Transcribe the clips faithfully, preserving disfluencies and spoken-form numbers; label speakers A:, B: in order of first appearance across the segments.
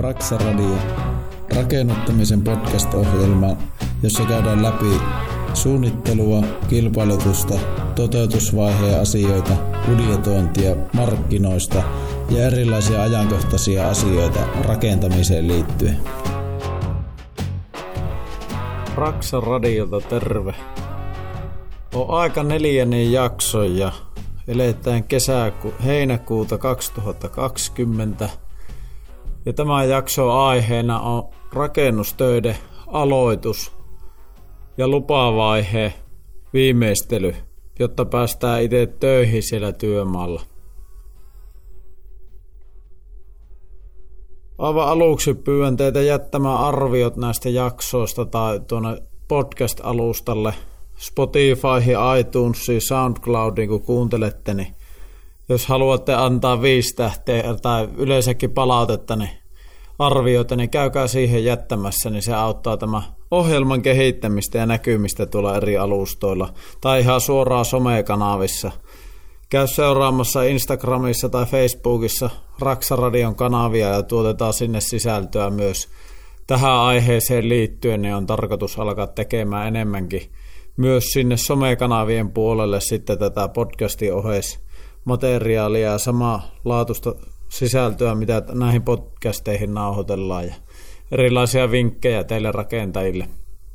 A: Raksa Radio, rakennuttamisen podcast-ohjelma, jossa käydään läpi suunnittelua, kilpailutusta, toteutusvaiheen asioita, budjetointia, markkinoista ja erilaisia ajankohtaisia asioita rakentamiseen liittyen.
B: Raksa Radiolta terve. On aika neljännen jakso ja eletään kesäku- heinäkuuta kaksituhattakaksikymmentä. Ja tämän jakson aiheena on rakennustöiden aloitus ja lupavaihe viimeistely, jotta päästään itse töihin siellä työmaalla. Aivan aluksi pyydän teitä jättämään arviot näistä jaksoista tai tuonne podcast-alustalle Spotifyhin, iTunesiin, SoundCloudiin, kun kuuntelette, niin jos haluatte antaa viisi tähteä tai yleensäkin palautetta, niin arvioita, niin käykää siihen jättämässä, niin se auttaa tämä ohjelman kehittämistä ja näkymistä tuolla eri alustoilla tai ihan suoraan somekanavissa. Käy seuraamassa Instagramissa tai Facebookissa Raksa Radion kanavia ja tuotetaan sinne sisältöä myös tähän aiheeseen liittyen, niin on tarkoitus alkaa tekemään enemmänkin myös sinne somekanavien puolelle sitten tätä podcastin oheismateriaalia ja samaa laatuista sisältöä, mitä näihin podcasteihin nauhoitellaan ja erilaisia vinkkejä teille rakentajille.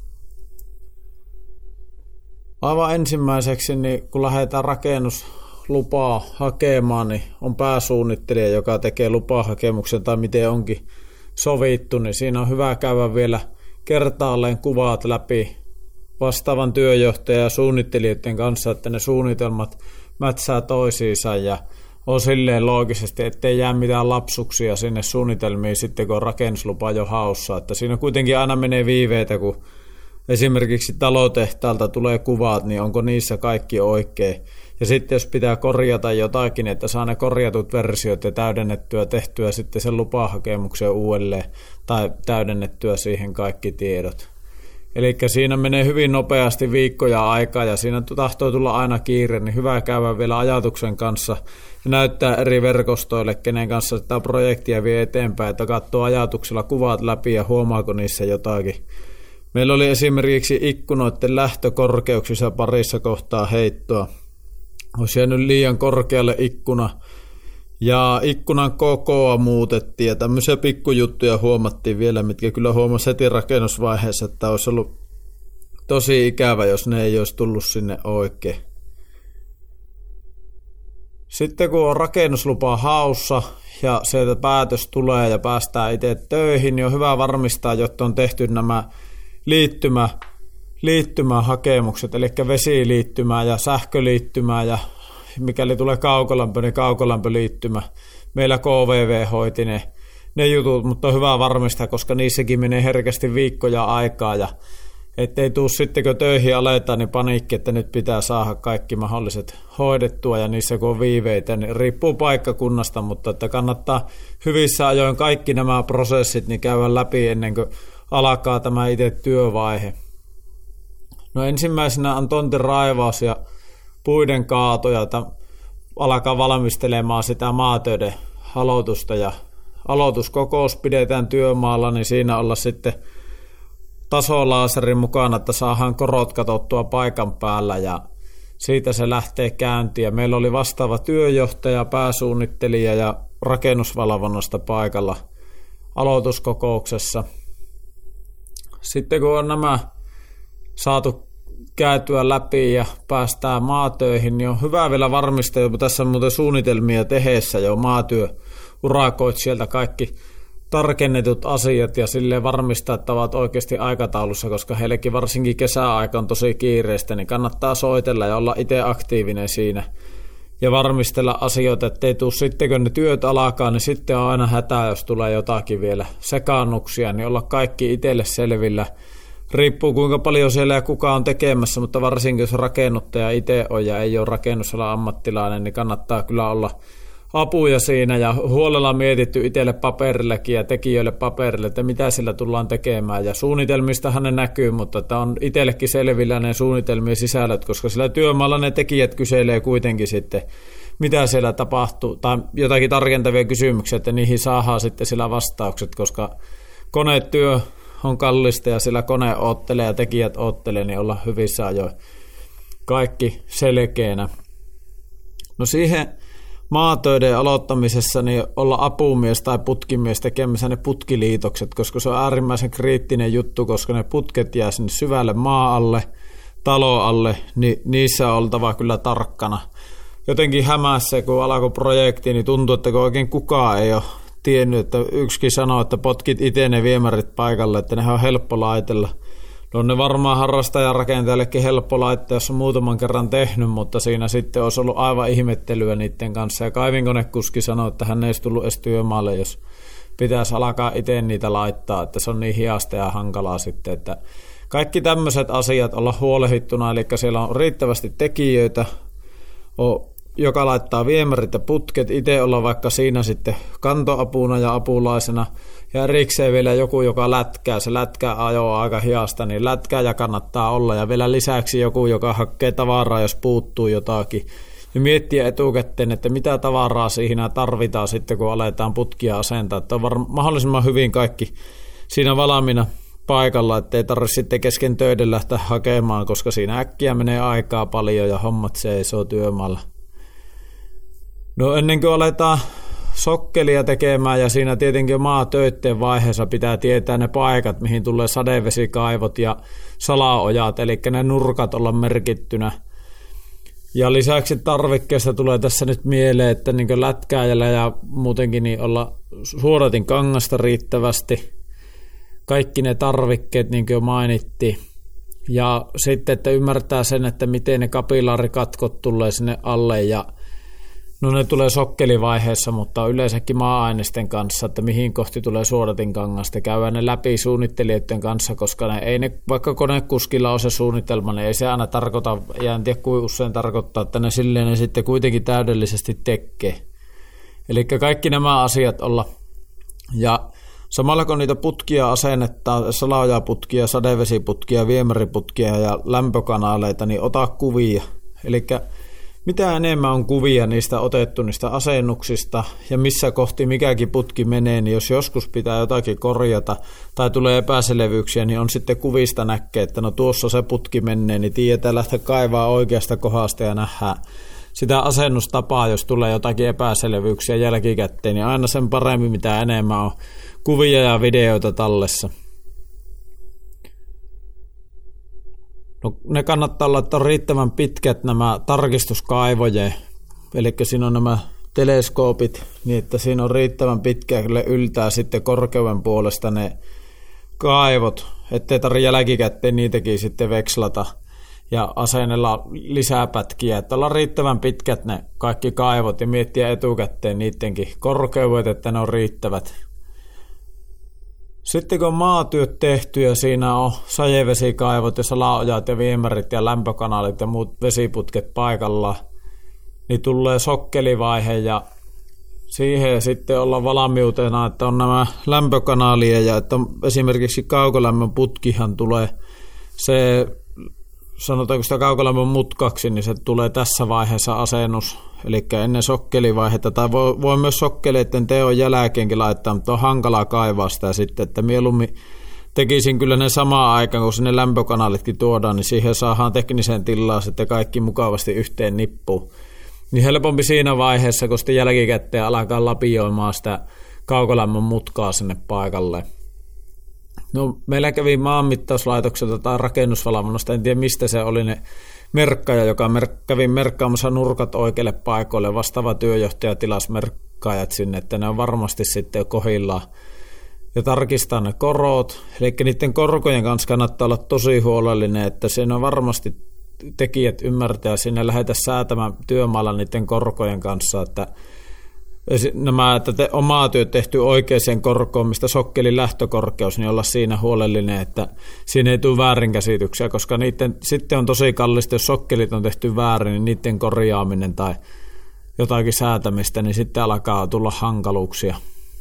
B: Aivan ensimmäiseksi, niin kun lähdetään rakennuslupaa hakemaan, niin on pääsuunnittelija, joka tekee lupahakemuksen tai miten onkin sovittu, niin siinä on hyvä käydä vielä kertaalleen kuvat läpi vastaavan työjohtajan ja suunnittelijoiden kanssa, että ne suunnitelmat mätsää toisiinsa ja on silleen loogisesti, ettei jää mitään lapsuksia sinne suunnitelmiin sitten, kun on rakennuslupa jo haussa. Että siinä kuitenkin aina menee viiveitä, kun esimerkiksi talotehtaalta tulee kuvat, niin onko niissä kaikki oikein. Ja sitten jos pitää korjata jotakin, että saa ne korjatut versiot ja täydennettyä tehtyä sitten sen lupahakemuksen uudelleen tai täydennettyä siihen kaikki tiedot. Eli siinä menee hyvin nopeasti viikkoja aikaa ja siinä tahtoo tulla aina kiire, niin hyvä käydä vielä ajatuksen kanssa ja näyttää eri verkostoille, kenen kanssa sitä projektia vie eteenpäin, että katsoo ajatuksella kuvat läpi ja huomaako niissä jotakin. Meillä oli esimerkiksi ikkunoiden lähtökorkeuksissa parissa kohtaa heittoa. Olisi jäänyt liian korkealle ikkuna ja ikkunan kokoa muutettiin ja tämmöisiä pikkujuttuja huomattiin vielä, mitkä kyllä huomasi heti rakennusvaiheessa, että olisi ollut tosi ikävä, jos ne ei olisi tullut sinne oikein. Sitten kun on rakennuslupa haussa ja sieltä päätös tulee ja päästään itse töihin, niin on hyvä varmistaa, jotta on tehty nämä liittymä, liittymähakemukset, eli vesiliittymää ja sähköliittymää ja mikäli tulee kaukolämpö, niin kaukolämpöliittymä. Meillä K V V hoiti ne, ne jutut, mutta on hyvä varmistaa, koska niissäkin menee herkästi viikkoja aikaa ja ettei tule sitten, kun töihin aletaan, niin paniikki, että nyt pitää saada kaikki mahdolliset hoidettua ja niissä kun on viiveitä, niin riippuu paikkakunnasta, mutta että kannattaa hyvissä ajoin kaikki nämä prosessit niin käydä läpi ennen kuin alkaa tämä itse työvaihe. No ensimmäisenä on tontin raivaus ja puiden kaatoja, että alkaa valmistelemaan sitä maatöiden aloitusta ja aloituskokous pidetään työmaalla, niin siinä olla sitten tasolaaserin mukana, että saadaan korot katsottua paikan päällä ja siitä se lähtee käyntiin. Meillä oli vastaava työjohtaja, pääsuunnittelija ja rakennusvalvonnasta paikalla aloituskokouksessa. Sitten kun on nämä saatu käytyä läpi ja päästään maatöihin, niin on hyvä vielä varmistaa, että tässä on muuten suunnitelmia tehdessä jo maatyöurakoit sieltä kaikki tarkennetut asiat ja silleen varmistaa, että ovat oikeasti aikataulussa, koska heillekin varsinkin kesäaika on tosi kiireistä, niin kannattaa soitella ja olla itse aktiivinen siinä ja varmistella asioita, ettei tule sitten, kun ne työt alkaa, niin sitten on aina hätää, jos tulee jotakin vielä sekaannuksia, niin olla kaikki itselle selvillä. Riippuu kuinka paljon siellä ja kuka on tekemässä, mutta varsinkin jos rakennuttaja itse on ja ei ole rakennusalan ammattilainen, niin kannattaa kyllä olla apuja siinä ja huolella mietitty itselle paperillekin ja tekijöille paperille, että mitä sillä tullaan tekemään. Ja suunnitelmistahan ne näkyy, mutta että on itsellekin selvillä ne suunnitelmien sisällöt, koska sillä työmaalla ne tekijät kyselee kuitenkin sitten, mitä siellä tapahtuu, tai jotakin tarkentavia kysymyksiä, että niihin saadaan sitten sillä vastaukset, koska konetyö on kallista ja sillä kone oottelee ja tekijät oottelee, niin ollaan hyvissä ajoin kaikki selkeänä. No siihen maatöiden aloittamisessa niin olla apumies tai putkimies tekemässä ne putkiliitokset, koska se on äärimmäisen kriittinen juttu, koska ne putket jää sinne syvälle maa alle, talo alle, niin niissä on oltava kyllä tarkkana. Jotenkin hämässä, kun alkoi projekti, niin tuntuu, että oikein kukaan ei ole tiennyt, että yksikin sanoo, että potkit itse ne viemärit paikalle, että nehän on helppo laitella. No ne varmaan harrastajarakentajallekin helppo laittaa, jos on muutaman kerran tehnyt, mutta siinä sitten olisi ollut aivan ihmettelyä niiden kanssa. Ja kaivinkonekuski sanoi, että hän ei olisi tullut edes työmaalle, jos pitäisi alkaa itse niitä laittaa, että se on niin hiasta ja hankalaa sitten, että kaikki tämmöiset asiat olla huolehdittuna, eli siellä on riittävästi tekijöitä, joka laittaa viemärit ja putket, itse olla vaikka siinä sitten kantoapuna ja apulaisena, ja erikseen vielä joku, joka lätkää, se lätkää ajoa aika hiasta, niin lätkää ja kannattaa olla, ja vielä lisäksi joku, joka hakee tavaraa, jos puuttuu jotakin, ja miettiä etukäteen, että mitä tavaraa siihen tarvitaan sitten, kun aletaan putkia asentaa, että on var- mahdollisimman hyvin kaikki siinä valmiina paikalla, ettei tarvitse sitten kesken töiden lähteä hakemaan, koska siinä äkkiä menee aikaa paljon ja hommat seisoo työmaalla. No ennen kuin aletaan sokkelia tekemään ja siinä tietenkin maatöitten vaiheessa pitää tietää ne paikat, mihin tulee sadevesikaivot ja salaojat, eli ne nurkat olla merkittynä. Ja lisäksi tarvikkeesta tulee tässä nyt mieleen, että niin lätkääjällä ja muutenkin niin olla suodatin kangasta riittävästi. Kaikki ne tarvikkeet, niin kuin jo mainittiin. Ja sitten, että ymmärtää sen, että miten ne kapilaarikatkot tulee sinne alle ja no ne tulee sokkelivaiheessa, mutta yleensäkin maa-ainesten kanssa, että mihin kohti tulee suodatin kangasta. Käydään ne läpi suunnittelijoiden kanssa, koska ne ei ne, vaikka konekuskilla on se suunnitelma, niin ei se aina tarkoita, ja en tiedä kuin usein tarkoittaa, että ne silleen ne sitten kuitenkin täydellisesti tekee. Eli kaikki nämä asiat olla. Ja samalla kun niitä putkia asennettaa, salaojaputkia, sadevesiputkia, viemäriputkia ja lämpökanaaleita, niin ota kuvia. Eli mitä enemmän on kuvia niistä otettu niistä asennuksista ja missä kohti mikäkin putki menee, niin jos joskus pitää jotakin korjata tai tulee epäselvyyksiä, niin on sitten kuvista näkee, että no tuossa se putki menee, niin tiedetään lähteä kaivaa oikeasta kohdasta ja nähdään sitä asennustapaa, jos tulee jotakin epäselvyyksiä jälkikäteen, niin aina sen paremmin, mitä enemmän on kuvia ja videoita tallessa. No, ne kannattaa olla, että on riittävän pitkät nämä tarkistuskaivoje, eli siinä on nämä teleskoopit, niin että siinä on riittävän pitkälle yltää sitten korkeuden puolesta ne kaivot, ettei tarvitse jälkikäteen niitäkin sitten vekslata ja asennella lisää pätkiä, että ollaan riittävän pitkät ne kaikki kaivot ja miettiä etukäteen niidenkin korkeudet, että ne on riittävät. Sitten kun on maatyöt tehty ja siinä on sajevesikaivot ja salaojat ja viemärit ja lämpökanaalit ja muut vesiputket paikallaan, niin tulee sokkelivaihe ja siihen sitten olla valmiutena, että on nämä lämpökanaalia ja että esimerkiksi kaukolämmön putkihan tulee se, sanotaanko sitä kaukolämmön mutkaksi, niin se tulee tässä vaiheessa asennus, eli ennen sokkelivaihetta, tai voi, voi myös sokkeleiden teon jälkeenkin laittaa, mutta on hankalaa kaivaa sitä sitten, että mieluummin tekisin kyllä ne samaan aikaan, kun sinne lämpökanalitkin tuodaan, niin siihen saadaan tekniseen tilaa sitten kaikki mukavasti yhteen nippuun. Niin helpompi siinä vaiheessa, kun sitten jälkikäteen alkaa lapioimaan sitä kaukolämmön mutkaa sinne paikalle. No, meillä kävi maanmittauslaitokselta tai rakennusvalvonnasta, en tiedä mistä se oli ne merkkaja, joka mer- kävi merkkaamassa nurkat oikeille paikoille. Vastaava työjohtaja tilasi merkkaajat sinne, että ne on varmasti sitten kohdillaan. Ja tarkistaa ne korot, eli niiden korkojen kanssa kannattaa olla tosi huolellinen, että siinä on varmasti tekijät ymmärtää, sinne lähdetä säätämään työmaalla niiden korkojen kanssa, että nämä, että te, omaa työ tehty oikeaan korkoon, mistä sokkelin lähtökorkeus, niin olla siinä huolellinen, että siinä ei tule väärinkäsityksiä, koska niiden, sitten on tosi kallista, jos sokkelit on tehty väärin, niin niiden korjaaminen tai jotakin säätämistä, niin sitten alkaa tulla hankaluuksia.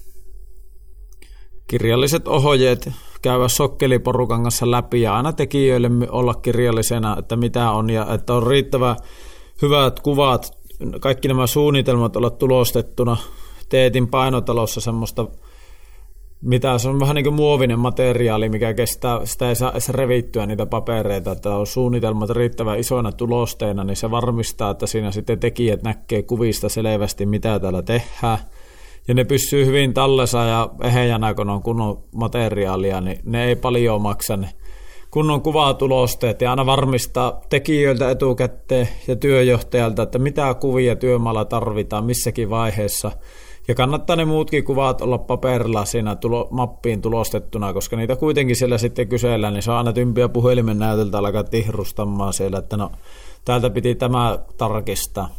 B: Kirjalliset ohjeet käydä sokkeliporukan kanssa läpi ja aina tekijöille olla kirjallisena, että mitä on ja että on riittävän hyvät kuvat kaikki nämä suunnitelmat olla tulostettuna. Teetin painotalossa semmoista, mitä se on vähän niin kuin muovinen materiaali, mikä kestää, sitä ei saa edes revittyä niitä papereita, että on suunnitelmat riittävän isoina tulosteina, niin se varmistaa, että siinä sitten tekijät näkee kuvista selvästi, mitä täällä tehdään. Ja ne pysyy hyvin tallessa ja ehejänä, kun on kunnon materiaalia, niin ne ei paljon maksa ne kunnon kuvatulosteet ja aina varmistaa tekijöiltä etukäteen ja työjohtajalta, että mitä kuvia työmaalla tarvitaan missäkin vaiheessa. Ja kannattaa ne muutkin kuvat olla paperilla siinä tulo, mappiin tulostettuna, koska niitä kuitenkin siellä sitten kysellään, niin se on aina tympiä puhelimen näytöltä alkaa tihrustamaan siellä, että no täältä piti tämä tarkistaa.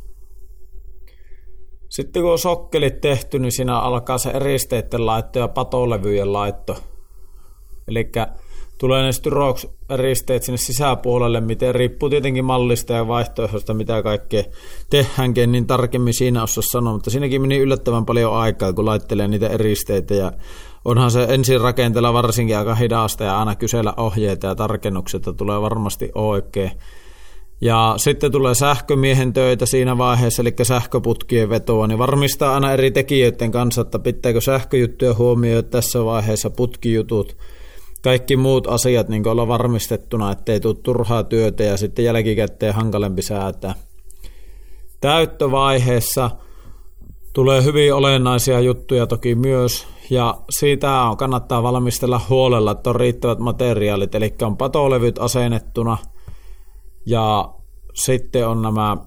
B: Sitten kun on sokkelit tehty, niin siinä alkaa se eristeiden laitto ja patolevyjen laitto. Eli tulee ne Styrox-eristeet sinne sisäpuolelle, miten riippuu tietenkin mallista ja vaihtoehdosta, mitä kaikkea tehdäänkin, niin tarkemmin siinä osaa sanoa, mutta siinäkin meni yllättävän paljon aikaa, kun laittelee niitä eristeitä, ja onhan se ensin rakenteella varsinkin aika hidasta, ja aina kysellä ohjeita ja tarkennukset, tulee varmasti oikein. Ja sitten tulee sähkömiehen töitä siinä vaiheessa, eli sähköputkien vetoa, niin varmistaa aina eri tekijöiden kanssa, että pitääkö sähköjuttuja huomioida tässä vaiheessa, putkijutut, kaikki muut asiat niin olla varmistettuna, ettei tule turhaa työtä ja sitten jälkikäteen hankalempi säätää. Täyttövaiheessa tulee hyvin olennaisia juttuja toki myös, ja siitä kannattaa valmistella huolella, että on riittävät materiaalit, eli on patolevyt asennettuna, ja sitten on nämä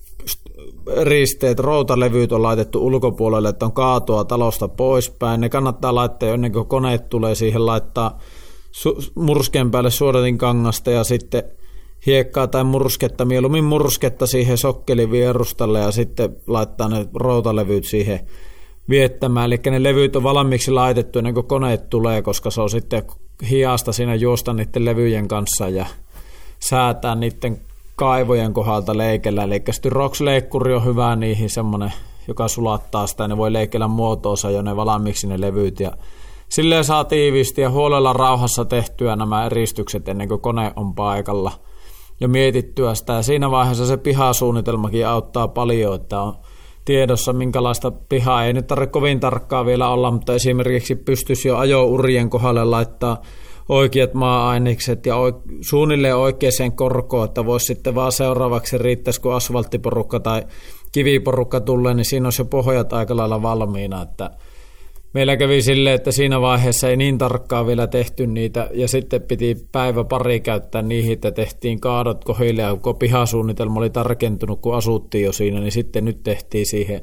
B: risteet, routalevyt on laitettu ulkopuolelle, että on kaatoa talosta poispäin. Ne kannattaa laittaa ennen kuin koneet tulee siihen laittaa murskeen päälle suodatinkangasta ja sitten hiekkaa tai mursketta, mieluummin mursketta siihen sokkelin vierustalle ja sitten laittaa ne routalevyt siihen viettämään. Eli ne levyt on valmiiksi laitettu ennen kuin koneet tulee, koska se on sitten hiasta siinä juosta niiden levyjen kanssa ja säätää niiden kaivojen kohdalta leikellä. Eli Styrox-leikkuri on hyvä niihin semmoinen, joka sulattaa sitä ja ne voi leikellä muotoonsa jo ne valmiiksi ne levyt ja silleen saa tiiviisti ja huolella rauhassa tehtyä nämä eristykset ennen kuin kone on paikalla ja mietittyä sitä. Ja siinä vaiheessa se pihasuunnitelmakin auttaa paljon, että on tiedossa minkälaista pihaa. Ei nyt tarvitse kovin tarkkaa vielä olla, mutta esimerkiksi pystyisi jo ajourien kohdalle laittaa oikeat maa-ainekset ja suunnilleen oikeaan korkoon, että voisi sitten vaan seuraavaksi riittäisi, kun asfalttiporukka tai kiviporukka tulee, niin siinä olisi jo pohjat aika lailla valmiina, että meillä kävi silleen, että siinä vaiheessa ei niin tarkkaan vielä tehty niitä, ja sitten piti päivä pari käyttää niihin, että tehtiin kaadot kohdille, ja kun pihasuunnitelma oli tarkentunut, kun asuttiin jo siinä, niin sitten nyt tehtiin siihen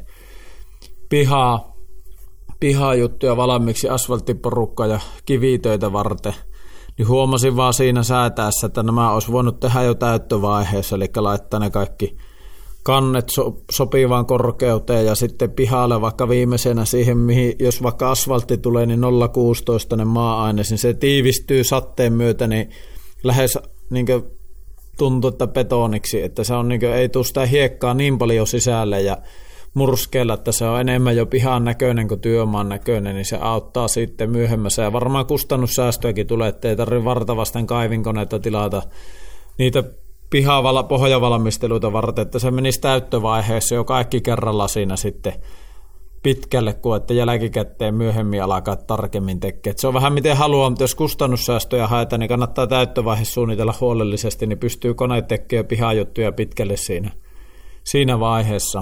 B: pihaa, pihajuttuja valmiiksi asfalttiporukka ja kivitöitä varten. Niin huomasin vaan siinä säätäessä, että nämä olisi voinut tehdä jo täyttövaiheessa, eli laittaa ne kaikki kannet so, sopivaan korkeuteen ja sitten pihalle vaikka viimeisenä siihen, mihin, jos vaikka asfaltti tulee, niin nolla pilkku kuusitoista maa-aine, niin se tiivistyy satteen myötä, niin lähes niin kuin tuntuu, että betoniksi, että se on, niin kuin, ei tule sitä hiekkaa niin paljon sisälle ja murskeella, että se on enemmän jo pihan näköinen kuin työmaan näköinen, niin se auttaa sitten myöhemmässä. Ja varmaan kustannussäästöäkin tulee, ettei tarvitse vartavasten kaivinkoneita tilata niitä pihavala pohjavalmisteluita varten, että se menisi täyttövaiheessa jo kaikki kerralla siinä sitten pitkälle, kun että jälkikäteen myöhemmin alkaa tarkemmin tekemään. Se on vähän miten haluaa, mutta jos kustannussäästöjä haetaan, niin kannattaa täyttövaihe suunnitella huolellisesti, niin pystyy koneet tekemään pihajuttuja pitkälle siinä, siinä vaiheessa.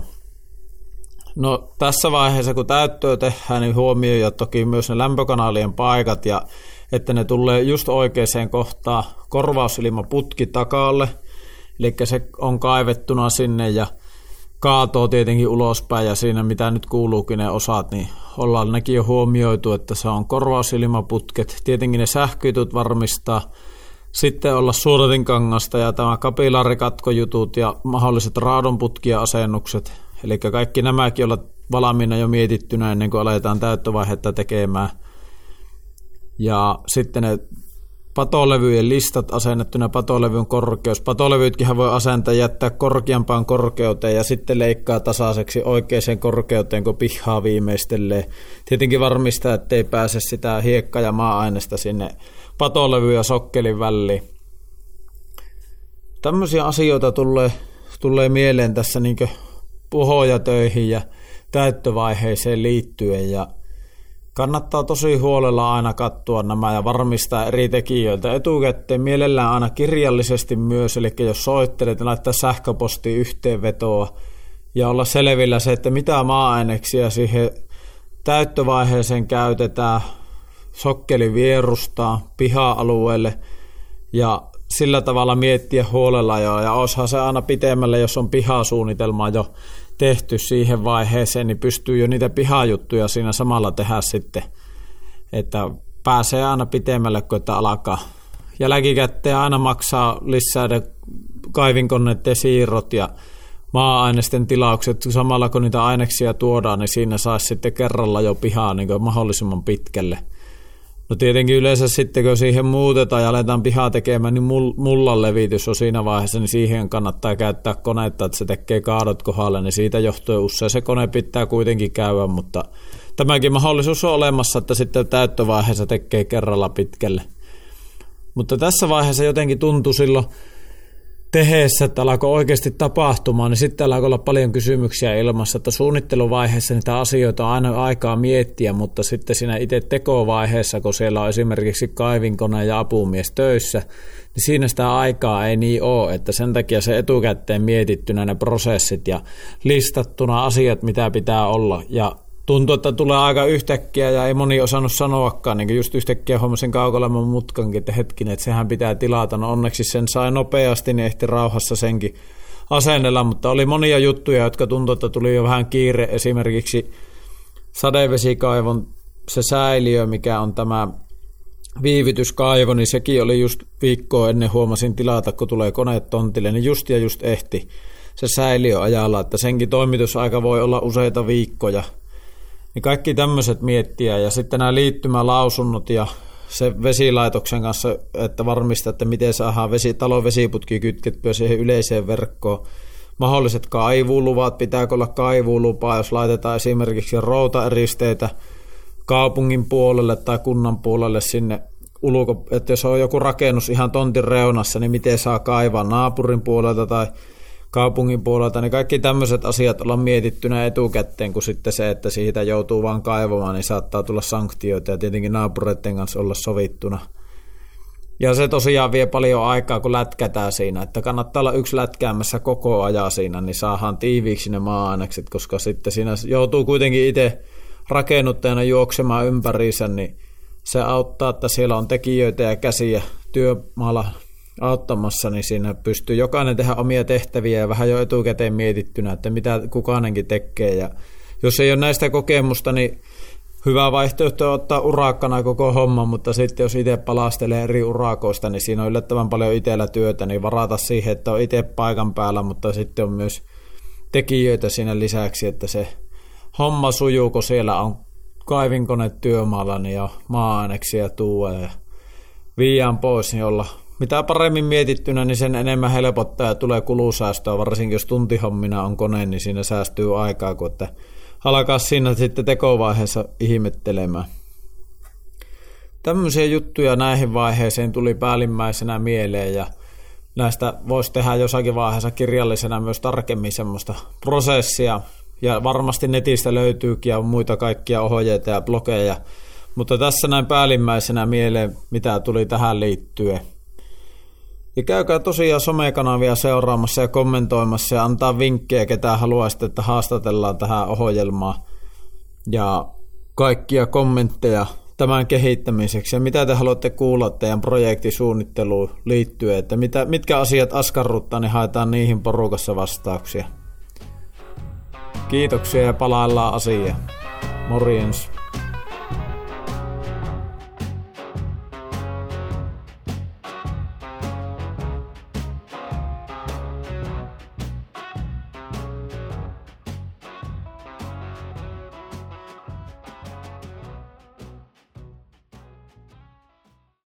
B: No tässä vaiheessa, kun täyttöä tehdään, niin huomioi toki myös ne lämpökanaalien paikat, ja että ne tulee just oikeaan kohtaan korvausilmaputki takaalle, eli se on kaivettuna sinne ja kaatoo tietenkin ulospäin, ja siinä mitä nyt kuuluukin ne osat, niin ollaan nekin jo huomioitu, että se on korvausilmaputket, tietenkin ne sähköjutut varmistaa, sitten olla suodatinkangasta ja tämä kapilaarikatkojutut ja mahdolliset raadonputkia-asennukset, eli kaikki nämäkin olla valmiina jo mietittynä ennen kuin aletaan täyttövaihetta tekemään. Ja sitten ne patolevyjen listat asennettuna, patolevyn korkeus. Patolevyytkinhän voi asentaa jättää korkeampaan korkeuteen ja sitten leikkaa tasaiseksi oikeaan korkeuteen, kun pihaa viimeistelee. Tietenkin varmistaa, ettei pääse sitä hiekka- ja maa-aineesta sinne patolevy- ja sokkelin väliin. Tämmöisiä asioita tulee, tulee mieleen tässä niin puhojatöihin ja täyttövaiheeseen liittyen. Ja kannattaa tosi huolella aina katsoa nämä ja varmistaa eri tekijöitä etukäteen, mielellään aina kirjallisesti myös, eli jos soittelet, niin laittaa sähköpostiin yhteenvetoa ja olla selvillä se, että mitä maa-aineksia siihen täyttövaiheeseen käytetään, sokkeli vierustaa piha-alueelle ja sillä tavalla miettiä huolella jo, ja osahan se aina pitemmälle, jos on pihasuunnitelma jo tehty siihen vaiheeseen, niin pystyy jo niitä pihajuttuja siinä samalla tehdä sitten, että pääsee aina pitemmälle, kun että alkaa. Jälkikäteen aina maksaa lisää kaivinkoneiden siirrot ja maa-aineisten tilaukset, samalla kun niitä aineksia tuodaan, niin siinä saisi sitten kerralla jo pihaa niin mahdollisimman pitkälle. No tietenkin yleensä sitten, kun siihen muutetaan ja aletaan pihaa tekemään, niin mullan levitys on siinä vaiheessa, niin siihen kannattaa käyttää koneetta, että se tekee kaadot kohdalle, niin siitä johtuen usein se kone pitää kuitenkin käydä, mutta tämäkin mahdollisuus on olemassa, että sitten täyttövaiheessa tekee kerralla pitkälle. Mutta tässä vaiheessa jotenkin tuntui silloin tehdessä, että alkoi oikeasti tapahtumaan, niin sitten alkoi olla paljon kysymyksiä ilmassa, että suunnitteluvaiheessa niitä asioita on aina aikaa miettiä, mutta sitten siinä itse tekovaiheessa, kun siellä on esimerkiksi kaivinkone ja apumies töissä, niin siinä sitä aikaa ei niin ole, että sen takia se etukäteen mietittynä ne prosessit ja listattuna asiat, mitä pitää olla, ja tuntuu, että tulee aika yhtäkkiä ja ei moni osannut sanoakaan, niin just yhtäkkiä hommasin kaukolämmön mutkankin, että hetkinen, että sehän pitää tilata. No onneksi sen sai nopeasti, niin ehti rauhassa senkin asennella, mutta oli monia juttuja, jotka tuntui, että tuli jo vähän kiire. Esimerkiksi sadevesikaivon se säiliö, mikä on tämä viivytyskaivo, niin sekin oli just viikkoa ennen huomasin tilata, kun tulee koneet tontille, niin just ja just ehti se säiliö ajalla, että senkin toimitusaika voi olla useita viikkoja. Niin kaikki tämmöiset miettiä ja sitten nämä liittymälausunnot ja se vesilaitoksen kanssa, että varmistaa, että miten saadaan vesi, talon vesiputki kytkettyä siihen yleiseen verkkoon. Mahdolliset kaivuuluvat, pitääkö olla kaivuulupaa, jos laitetaan esimerkiksi routaeristeitä kaupungin puolelle tai kunnan puolelle sinne ulko, että jos on joku rakennus ihan tontin reunassa, niin miten saa kaivaa naapurin puolelta tai kaupungin puolelta, niin kaikki tämmöiset asiat ollaan mietittynä etukäteen, kun sitten se, että siitä joutuu vaan kaivamaan, niin saattaa tulla sanktioita ja tietenkin naapureiden kanssa olla sovittuna. Ja se tosiaan vie paljon aikaa, kun lätkätään siinä, että kannattaa olla yksi lätkäämässä koko ajan siinä, niin saadaan tiiviiksi ne maa-ainekset, koska sitten siinä joutuu kuitenkin itse rakennuttajana juoksemaan ympäriinsä, niin se auttaa, että siellä on tekijöitä ja käsiä työmaalla auttamassa, niin siinä pystyy jokainen tehdä omia tehtäviä ja vähän jo etukäteen mietittynä, että mitä kukainenkin tekee. Ja jos ei ole näistä kokemusta, niin hyvä vaihtoehto on ottaa urakkana koko homma, mutta sitten jos itse palastelee eri urakoista, niin siinä on yllättävän paljon itsellä työtä, niin varata siihen, että on itse paikan päällä, mutta sitten on myös tekijöitä siinä lisäksi, että se homma sujuu, kun siellä on kaivinkone työmaalla niin ja maa-aineksia tuue ja viiään pois, niin olla mitä paremmin mietittynä, niin sen enemmän helpottaa ja tulee kulusäästöä, varsinkin jos tuntihommina on kone, niin siinä säästyy aikaa, kun että alkaa siinä sitten tekovaiheessa ihmettelemään. Tämmöisiä juttuja näihin vaiheisiin tuli päällimmäisenä mieleen ja näistä voisi tehdä jossakin vaiheessa kirjallisena myös tarkemmin semmoista prosessia ja varmasti netistä löytyykin ja muita kaikkia ohjeita ja blogeja, mutta tässä näin päällimmäisenä mieleen, mitä tuli tähän liittyen. Ja käykää tosiaan somekanavia seuraamassa ja kommentoimassa ja antaa vinkkejä, ketä haluaisitte, että haastatellaan tähän ohjelmaan. Ja kaikkia kommentteja tämän kehittämiseksi. Ja mitä te haluatte kuulla teidän projektisuunnitteluun liittyen, että mitä, mitkä asiat askarruttaa, niin haetaan niihin porukassa vastauksia. Kiitoksia ja palaillaan asiaan. Morjens.